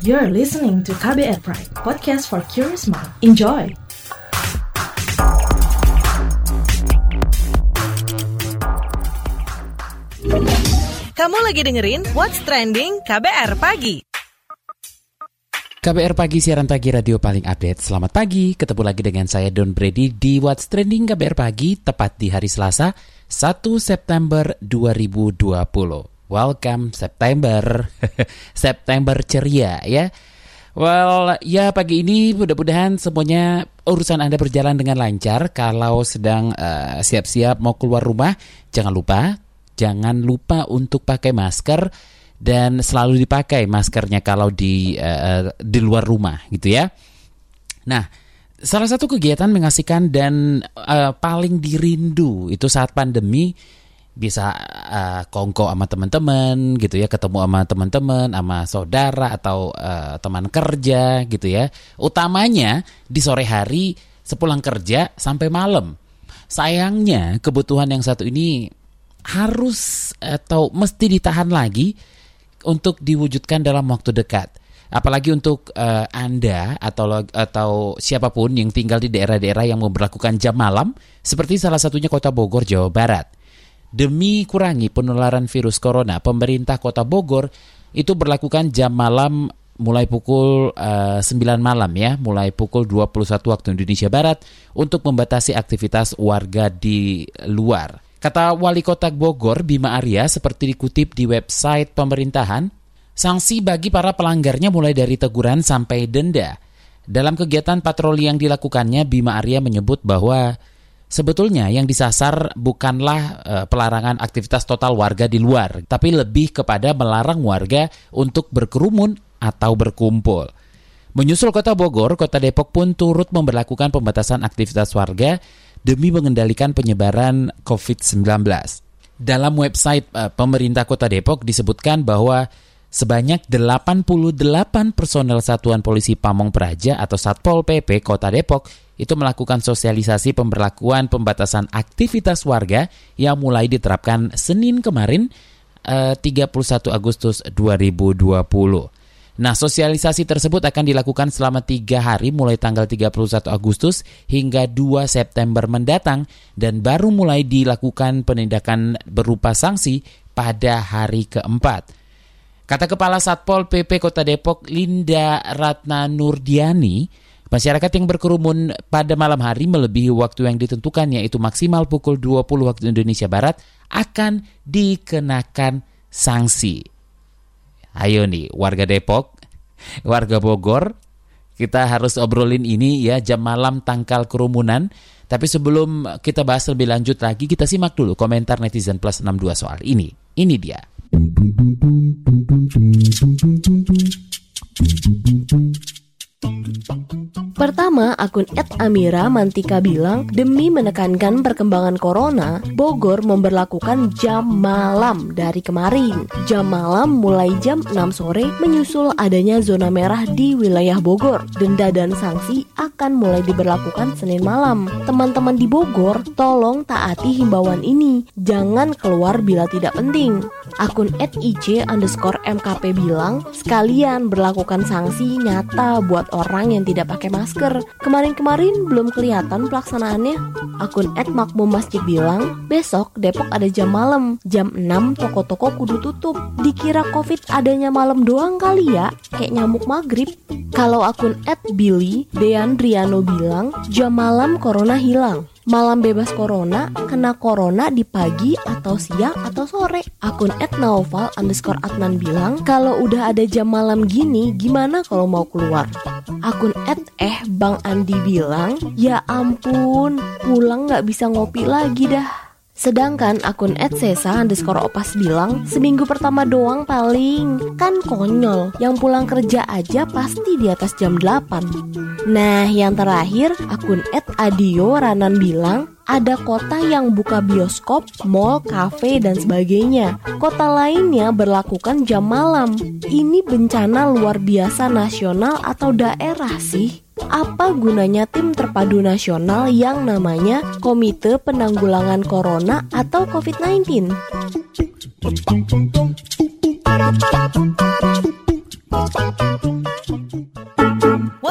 You're listening to KBR Pride, podcast for curious mind. Enjoy! Kamu lagi dengerin What's Trending KBR Pagi. KBR Pagi, siaran pagi radio paling update. Selamat pagi, ketemu lagi dengan saya Don Brady di What's Trending KBR Pagi, tepat di hari Selasa, 1 September 2020. Welcome September, September ceria ya. Well, ya pagi ini mudah-mudahan semuanya urusan Anda berjalan dengan lancar. Kalau sedang siap-siap mau keluar rumah, jangan lupa untuk pakai masker dan selalu dipakai maskernya kalau di luar rumah gitu ya. Nah, salah satu kegiatan mengasihkan dan paling dirindu itu saat pandemi bisa kongko sama teman-teman gitu ya, ketemu sama teman-teman, sama saudara atau teman kerja gitu ya. Utamanya di sore hari sepulang kerja sampai malam. Sayangnya kebutuhan yang satu ini harus atau mesti ditahan lagi untuk diwujudkan dalam waktu dekat. Apalagi untuk Anda atau siapapun yang tinggal di daerah-daerah yang memberlakukan jam malam, seperti salah satunya Kota Bogor, Jawa Barat. Demi kurangi penularan virus corona, pemerintah Kota Bogor itu berlakukan jam malam mulai pukul 9 malam ya, mulai pukul 21 waktu Indonesia Barat untuk membatasi aktivitas warga di luar. Kata Wali Kota Bogor, Bima Arya, seperti dikutip di website pemerintahan, sanksi bagi para pelanggarnya mulai dari teguran sampai denda. Dalam kegiatan patroli yang dilakukannya, Bima Arya menyebut bahwa sebetulnya yang disasar bukanlah pelarangan aktivitas total warga di luar, tapi lebih kepada melarang warga untuk berkerumun atau berkumpul. Menyusul Kota Bogor, Kota Depok pun turut memberlakukan pembatasan aktivitas warga demi mengendalikan penyebaran COVID-19. Dalam website pemerintah Kota Depok disebutkan bahwa sebanyak 88 personel Satuan Polisi Pamong Praja atau Satpol PP Kota Depok itu melakukan sosialisasi pemberlakuan pembatasan aktivitas warga yang mulai diterapkan Senin kemarin 31 Agustus 2020. Nah, sosialisasi tersebut akan dilakukan selama 3 hari mulai tanggal 31 Agustus hingga 2 September mendatang dan baru mulai dilakukan penindakan berupa sanksi pada hari keempat. Kata Kepala Satpol PP Kota Depok, Linda Ratna Nurdiani, masyarakat yang berkerumun pada malam hari melebihi waktu yang ditentukan yaitu maksimal pukul 20 waktu Indonesia Barat akan dikenakan sanksi. Ayo nih warga Depok, warga Bogor, kita harus obrolin ini ya, jam malam tangkal kerumunan. Tapi sebelum kita bahas lebih lanjut lagi, kita simak dulu komentar netizen plus 62 soal ini. Ini dia. Pertama, akun @amira_mantika bilang, demi menekankan perkembangan corona, Bogor memberlakukan jam malam dari kemarin. Jam malam mulai jam 6 sore menyusul adanya zona merah di wilayah Bogor. Denda dan sanksi akan mulai diberlakukan Senin malam. Teman-teman di Bogor, tolong taati himbauan ini. Jangan keluar bila tidak penting. Akun @ic_mkp bilang, sekalian berlakukan sanksi nyata buat orang yang tidak pakai masker. Kemarin-kemarin belum kelihatan pelaksanaannya. Akun @makmum masjid bilang, besok Depok ada jam malam. Jam 6 toko-toko kudu tutup. Dikira COVID adanya malam doang kali ya, kayak nyamuk maghrib. Kalau akun @billy Deandriano bilang, jam malam corona hilang. Malam bebas corona, kena corona di pagi atau siang atau sore. Akun @naufal_adnan bilang, kalau udah ada jam malam gini, gimana kalau mau keluar? Akun @bang Andi bilang, ya ampun, pulang gak bisa ngopi lagi dah. Sedangkan akun @sesa_opas bilang, seminggu pertama doang paling. Kan konyol, yang pulang kerja aja pasti di atas jam 8. Nah, yang terakhir, akun @adio_ranan bilang, ada kota yang buka bioskop, mall, kafe, dan sebagainya. Kota lainnya berlakukan jam malam. Ini bencana luar biasa nasional atau daerah sih? Apa gunanya tim terpadu nasional yang namanya Komite Penanggulangan Corona atau COVID-19?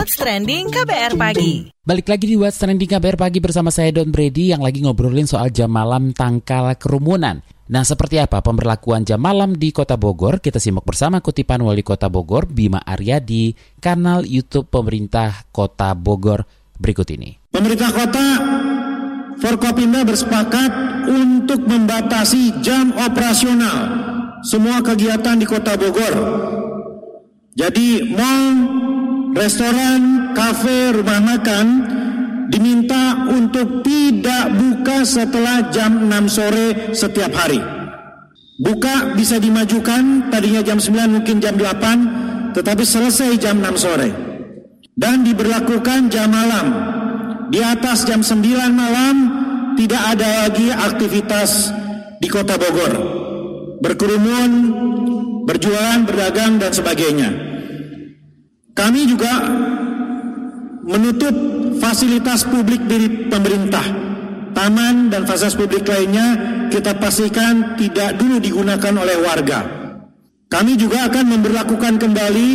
What's Trending KBR Pagi. Balik lagi di What's Trending KBR Pagi bersama saya Don Brady yang lagi ngobrolin soal jam malam tangkal kerumunan. Nah, seperti apa pemberlakuan jam malam di Kota Bogor? Kita simak bersama kutipan Wali Kota Bogor, Bima Arya di kanal YouTube Pemerintah Kota Bogor berikut ini. Pemerintah Kota Forkopimda bersepakat untuk membatasi jam operasional semua kegiatan di Kota Bogor. Jadi mal, restoran, kafe, rumah makan diminta untuk tidak buka setelah jam 6 sore setiap hari. Buka bisa dimajukan, tadinya jam 9 mungkin jam 8, tetapi selesai jam 6 sore. Dan diberlakukan jam malam. Di atas jam 9 malam tidak ada lagi aktivitas di Kota Bogor. Berkerumun, berjualan, berdagang, dan sebagainya. Kami juga menutup fasilitas publik dari pemerintah. Taman dan fasilitas publik lainnya kita pastikan tidak dulu digunakan oleh warga. Kami juga akan memberlakukan kembali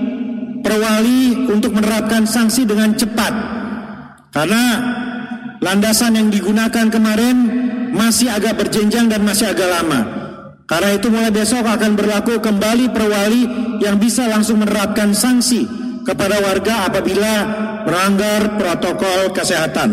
perwali untuk menerapkan sanksi dengan cepat. Karena landasan yang digunakan kemarin masih agak berjenjang dan masih agak lama. Karena itu mulai besok akan berlaku kembali perwali yang bisa langsung menerapkan sanksi kepada warga apabila melanggar protokol kesehatan.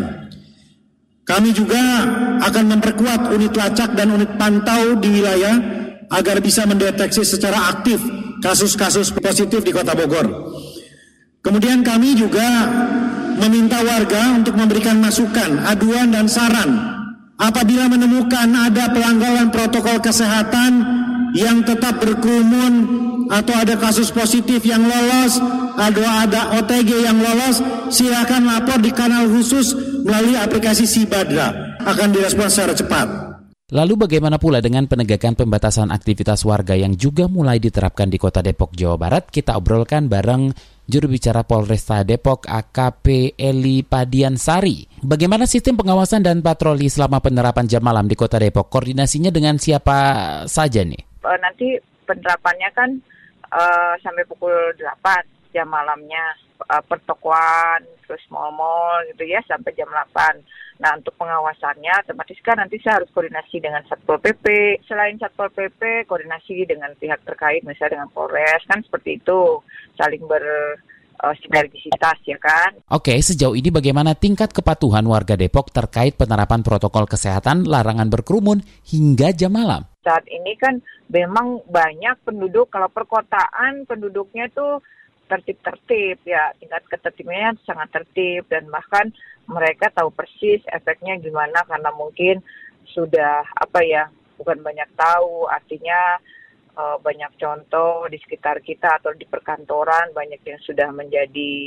Kami juga akan memperkuat unit lacak dan unit pantau di wilayah agar bisa mendeteksi secara aktif kasus-kasus positif di Kota Bogor. Kemudian kami juga meminta warga untuk memberikan masukan, aduan dan saran apabila menemukan ada pelanggaran protokol kesehatan yang tetap berkerumun atau ada kasus positif yang lolos, ada OTG yang lolos, silakan lapor di kanal khusus melalui aplikasi Sibadra. Akan direspon secara cepat. Lalu bagaimana pula dengan penegakan pembatasan aktivitas warga yang juga mulai diterapkan di Kota Depok, Jawa Barat? Kita obrolkan bareng juru bicara Polresta Depok AKP Eli Padiansari. Bagaimana sistem pengawasan dan patroli selama penerapan jam malam di Kota Depok? Koordinasinya dengan siapa saja nih? Nanti penerapannya kan sampai pukul 8 jam malamnya, pertokoan, terus mal-mal gitu ya sampai jam 8. Nah, untuk pengawasannya otomatis kan nanti saya harus koordinasi dengan Satpol PP. Selain Satpol PP, koordinasi dengan pihak terkait, misalnya dengan Polres, kan seperti itu. Saling bersinergisitas ya kan. Oke, sejauh ini bagaimana tingkat kepatuhan warga Depok terkait penerapan protokol kesehatan, larangan berkerumun hingga jam malam? Saat ini kan memang banyak penduduk, kalau perkotaan penduduknya tuh tertib-tertib ya, tingkat ketertibannya sangat tertib dan bahkan mereka tahu persis efeknya gimana karena mungkin sudah bukan banyak tahu, artinya banyak contoh di sekitar kita atau di perkantoran banyak yang sudah menjadi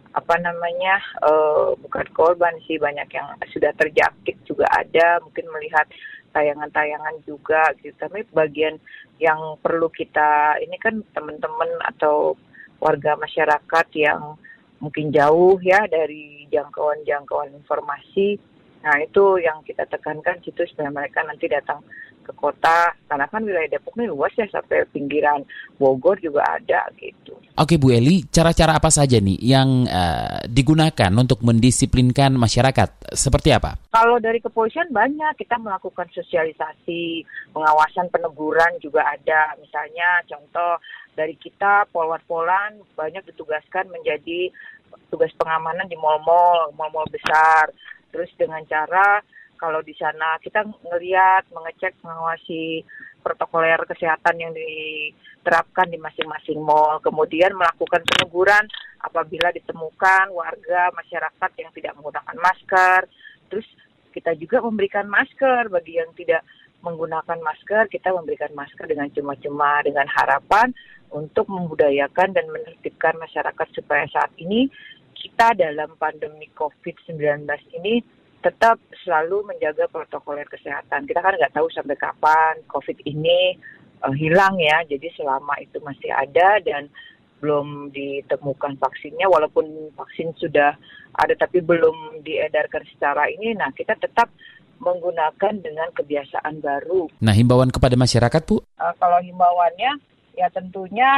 bukan korban sih, banyak yang sudah terjangkit juga ada, mungkin melihat tayangan-tayangan juga gitu. Tapi bagian yang perlu kita ini kan teman-teman atau warga masyarakat yang mungkin jauh ya dari jangkauan informasi. Nah, itu yang kita tekankan situ supaya mereka nanti datang ke kota, karena kan wilayah Depok ini luas ya sampai pinggiran Bogor juga ada gitu. Oke Bu Eli, cara-cara apa saja nih yang digunakan untuk mendisiplinkan masyarakat? Seperti apa? Kalau dari kepolisian banyak, kita melakukan sosialisasi, pengawasan, peneguran juga ada. Misalnya contoh dari kita Polwan-Polan banyak ditugaskan menjadi tugas pengamanan di mal-mal besar. Terus dengan cara kalau di sana kita mengecek, mengawasi protokoler kesehatan yang diterapkan di masing-masing mal. Kemudian melakukan peneguran apabila ditemukan warga masyarakat yang tidak menggunakan masker. Terus kita juga memberikan masker bagi yang tidak menggunakan masker, kita memberikan masker dengan cuma-cuma dengan harapan untuk membudayakan dan menertibkan masyarakat supaya saat ini kita dalam pandemi COVID-19 ini tetap selalu menjaga protokoler kesehatan. Kita kan nggak tahu sampai kapan COVID ini hilang ya, jadi selama itu masih ada dan belum ditemukan vaksinnya, walaupun vaksin sudah ada tapi belum diedarkan secara ini, nah kita tetap menggunakan dengan kebiasaan baru. Nah, himbauan kepada masyarakat, Bu? Kalau himbauannya, ya tentunya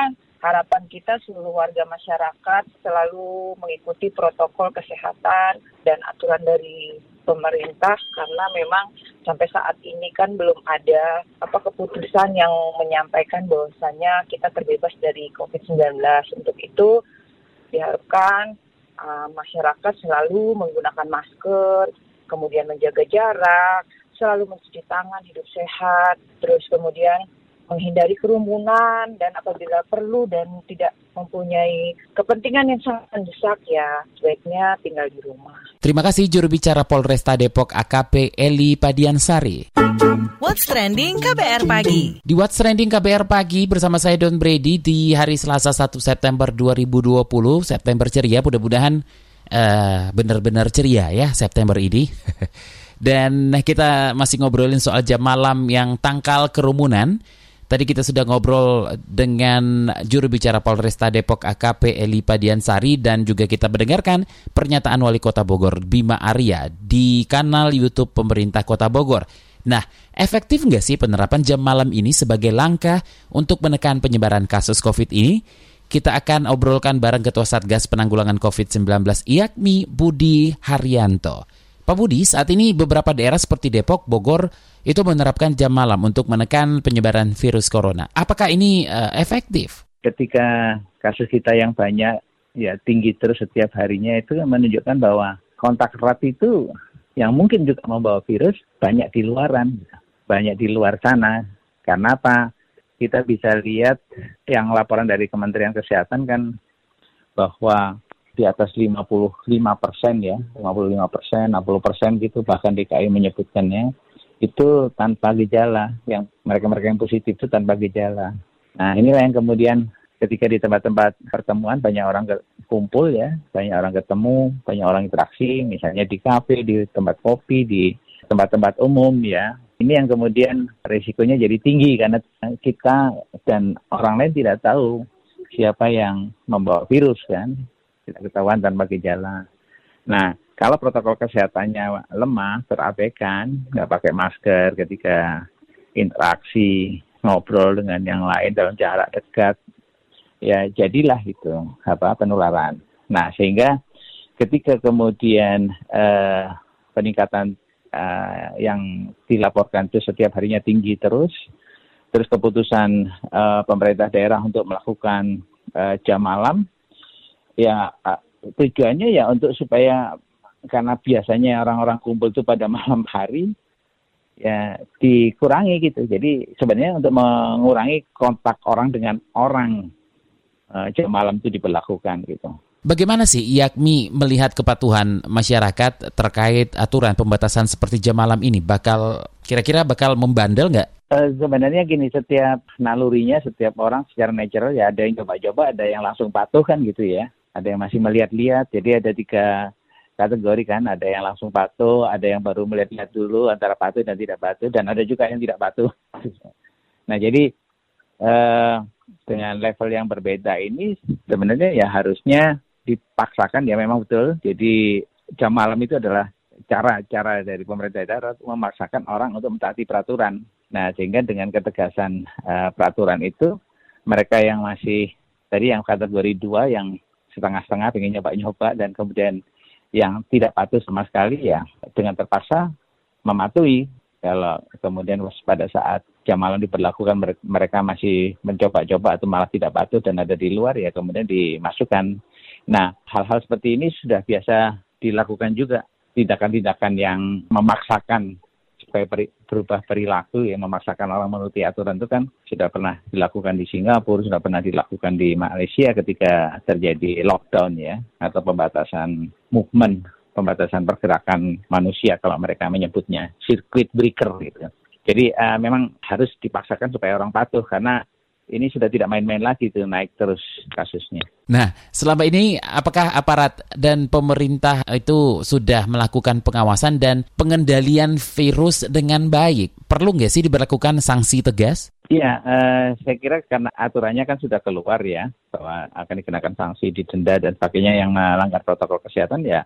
harapan kita seluruh warga masyarakat selalu mengikuti protokol kesehatan dan aturan dari pemerintah, karena memang sampai saat ini kan belum ada keputusan yang menyampaikan bahwasanya kita terbebas dari COVID-19. Untuk itu diharapkan masyarakat selalu menggunakan masker, kemudian menjaga jarak, selalu mencuci tangan, hidup sehat, terus kemudian menghindari kerumunan, dan apabila perlu dan tidak mempunyai kepentingan yang sangat mendesak ya sebaiknya tinggal di rumah. Terima kasih juru bicara Polresta Depok AKP Eli Padiansari. What's Trending KBR Pagi. Di What's Trending KBR Pagi bersama saya Don Brady di hari Selasa 1 September 2020. September ceria, mudah-mudahan benar-benar ceria ya September ini. Dan kita masih ngobrolin soal jam malam yang tangkal kerumunan. Tadi kita sudah ngobrol dengan juru bicara Polresta Depok AKP Eli Padiansari dan juga kita mendengarkan pernyataan Wali Kota Bogor Bima Arya di kanal YouTube pemerintah Kota Bogor. Nah, efektif nggak sih penerapan jam malam ini sebagai langkah untuk menekan penyebaran kasus COVID ini? Kita akan obrolkan bareng Ketua Satgas Penanggulangan COVID-19 IAKMI Budi Haryanto. Pak Budi, saat ini beberapa daerah seperti Depok, Bogor itu menerapkan jam malam untuk menekan penyebaran virus corona. Apakah ini efektif? Ketika kasus kita yang banyak, ya tinggi terus setiap harinya, itu menunjukkan bahwa kontak erat itu yang mungkin juga membawa virus banyak di luaran, banyak di luar sana. Karena apa? Kita bisa lihat yang laporan dari Kementerian Kesehatan kan bahwa di atas 55% ya, 55%, 60% gitu, bahkan DKI menyebutkannya, itu tanpa gejala, yang mereka-mereka yang positif itu tanpa gejala. Nah inilah yang kemudian ketika di tempat-tempat pertemuan banyak orang kumpul ya, banyak orang ketemu, banyak orang interaksi, misalnya di kafe, di tempat kopi, di tempat-tempat umum ya. Ini yang kemudian risikonya jadi tinggi karena kita dan orang lain tidak tahu siapa yang membawa virus kan. Tidak ketahuan tanpa gejala. Nah, kalau protokol kesehatannya lemah, terabaikan, nggak pakai masker ketika interaksi, ngobrol dengan yang lain dalam jarak dekat, ya jadilah itu penularan. Nah, sehingga ketika kemudian peningkatan yang dilaporkan itu setiap harinya tinggi terus keputusan pemerintah daerah untuk melakukan jam malam, ya tujuannya ya untuk supaya karena biasanya orang-orang kumpul itu pada malam hari ya dikurangi gitu. Jadi sebenarnya untuk mengurangi kontak orang dengan orang jam malam itu diberlakukan gitu. Bagaimana sih IAKMI melihat kepatuhan masyarakat terkait aturan pembatasan seperti jam malam ini? Kira-kira bakal membandel nggak? Sebenarnya gini, setiap nalurinya, setiap orang secara natural ya ada yang coba-coba, ada yang langsung patuh kan gitu ya. Ada yang masih melihat-lihat, jadi ada 3 kategori kan, ada yang langsung patuh, ada yang baru melihat-lihat dulu antara patuh dan tidak patuh, dan ada juga yang tidak patuh. Nah jadi dengan level yang berbeda ini sebenarnya ya harusnya dipaksakan ya memang betul. Jadi jam malam itu adalah cara dari pemerintah daerah memaksakan orang untuk mentaati peraturan. Nah sehingga dengan ketegasan peraturan itu, mereka yang masih tadi yang kategori 2 yang setengah-setengah pengen nyoba-nyoba dan kemudian yang tidak patuh sama sekali ya dengan terpaksa mematuhi. Kalau kemudian pada saat jam malam diberlakukan mereka masih mencoba-coba atau malah tidak patuh dan ada di luar ya kemudian dimasukkan. Nah hal-hal seperti ini sudah biasa dilakukan juga, tindakan-tindakan yang memaksakan supaya berubah perilaku, yang memaksakan orang menuruti aturan itu kan sudah pernah dilakukan di Singapura, sudah pernah dilakukan di Malaysia ketika terjadi lockdown ya, atau pembatasan movement, pembatasan pergerakan manusia kalau mereka menyebutnya circuit breaker gitu. Jadi memang harus dipaksakan supaya orang patuh karena ini sudah tidak main-main lagi tuh, naik terus kasusnya. Nah, selama ini apakah aparat dan pemerintah itu sudah melakukan pengawasan dan pengendalian virus dengan baik? Perlu nggak sih diberlakukan sanksi tegas? Iya, saya kira karena aturannya kan sudah keluar ya, bahwa akan dikenakan sanksi, didenda dan sebagainya yang melanggar protokol kesehatan ya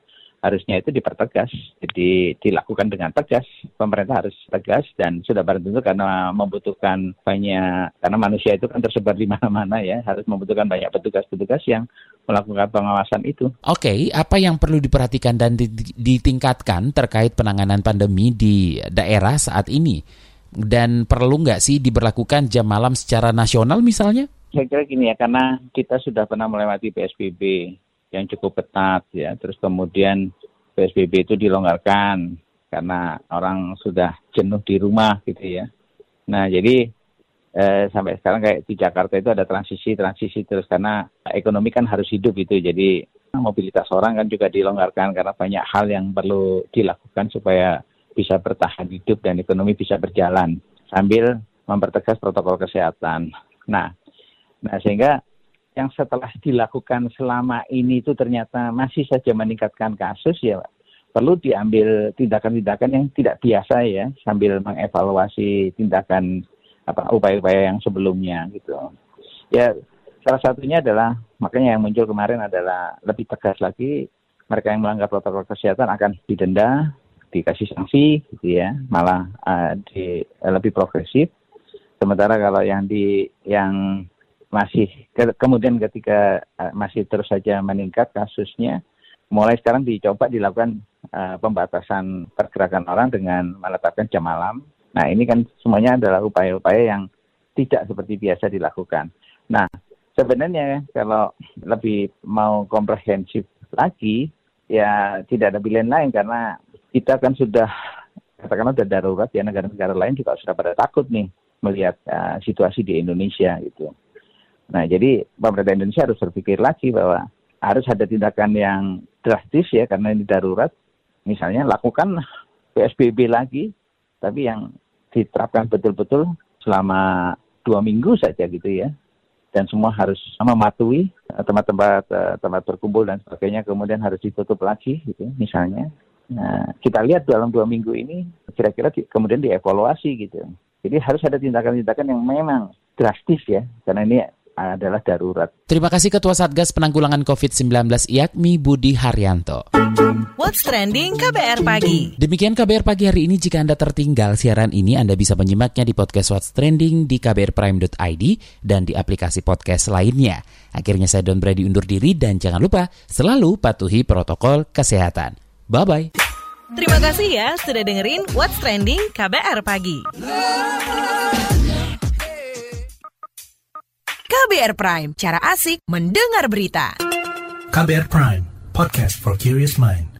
harusnya itu dipertegas. Jadi dilakukan dengan tegas. Pemerintah harus tegas dan sudah barang tentu karena membutuhkan banyak, karena manusia itu kan tersebar di mana-mana ya, harus membutuhkan banyak petugas-petugas yang melakukan pengawasan itu. Oke, apa yang perlu diperhatikan dan ditingkatkan terkait penanganan pandemi di daerah saat ini? Dan perlu nggak sih diberlakukan jam malam secara nasional misalnya? Saya kira gini ya, karena kita sudah pernah melewati PSBB yang cukup ketat ya, terus kemudian PSBB itu dilonggarkan karena orang sudah jenuh di rumah gitu ya. Nah jadi sampai sekarang kayak di Jakarta itu ada transisi terus karena ekonomi kan harus hidup gitu, jadi mobilitas orang kan juga dilonggarkan karena banyak hal yang perlu dilakukan supaya bisa bertahan hidup dan ekonomi bisa berjalan sambil mempertegas protokol kesehatan. Nah sehingga yang setelah dilakukan selama ini itu ternyata masih saja meningkatkan kasus ya, perlu diambil tindakan-tindakan yang tidak biasa ya, sambil mengevaluasi tindakan upaya-upaya yang sebelumnya gitu. Ya salah satunya adalah, makanya yang muncul kemarin adalah lebih tegas lagi, mereka yang melanggar protokol kesehatan akan didenda, dikasih sanksi gitu ya, malah lebih progresif. Sementara kalau yang masih kemudian ketika masih terus saja meningkat kasusnya, mulai sekarang dicoba dilakukan pembatasan pergerakan orang dengan menetapkan jam malam. Nah ini kan semuanya adalah upaya-upaya yang tidak seperti biasa dilakukan. Nah sebenarnya kalau lebih mau komprehensif lagi ya tidak ada pilihan lain, karena kita kan sudah katakanlah sudah darurat ya, negara-negara lain juga sudah pada takut nih melihat situasi di Indonesia gitu. Nah, jadi pemerintah Indonesia harus berpikir lagi bahwa harus ada tindakan yang drastis ya, karena ini darurat. Misalnya lakukan PSBB lagi, tapi yang diterapkan betul-betul selama 2 minggu saja gitu ya. Dan semua harus mematuhi tempat-tempat berkumpul dan sebagainya, kemudian harus ditutup lagi gitu misalnya. Nah, kita lihat dalam 2 minggu ini kira-kira kemudian dievaluasi gitu. Jadi harus ada tindakan-tindakan yang memang drastis ya, karena ini adalah darurat. Terima kasih Ketua Satgas Penanggulangan COVID-19 IAKMI Budi Haryanto. What's Trending KBR Pagi. Demikian KBR Pagi hari ini. Jika Anda tertinggal siaran ini, Anda bisa menyimaknya di podcast What's Trending di kbrprime.id dan di aplikasi podcast lainnya. Akhirnya saya Don Brady undur diri dan jangan lupa selalu patuhi protokol kesehatan. Bye-bye. Terima kasih ya sudah dengerin What's Trending KBR Pagi. KBR Prime, cara asik mendengar berita. KBR Prime, podcast for curious mind.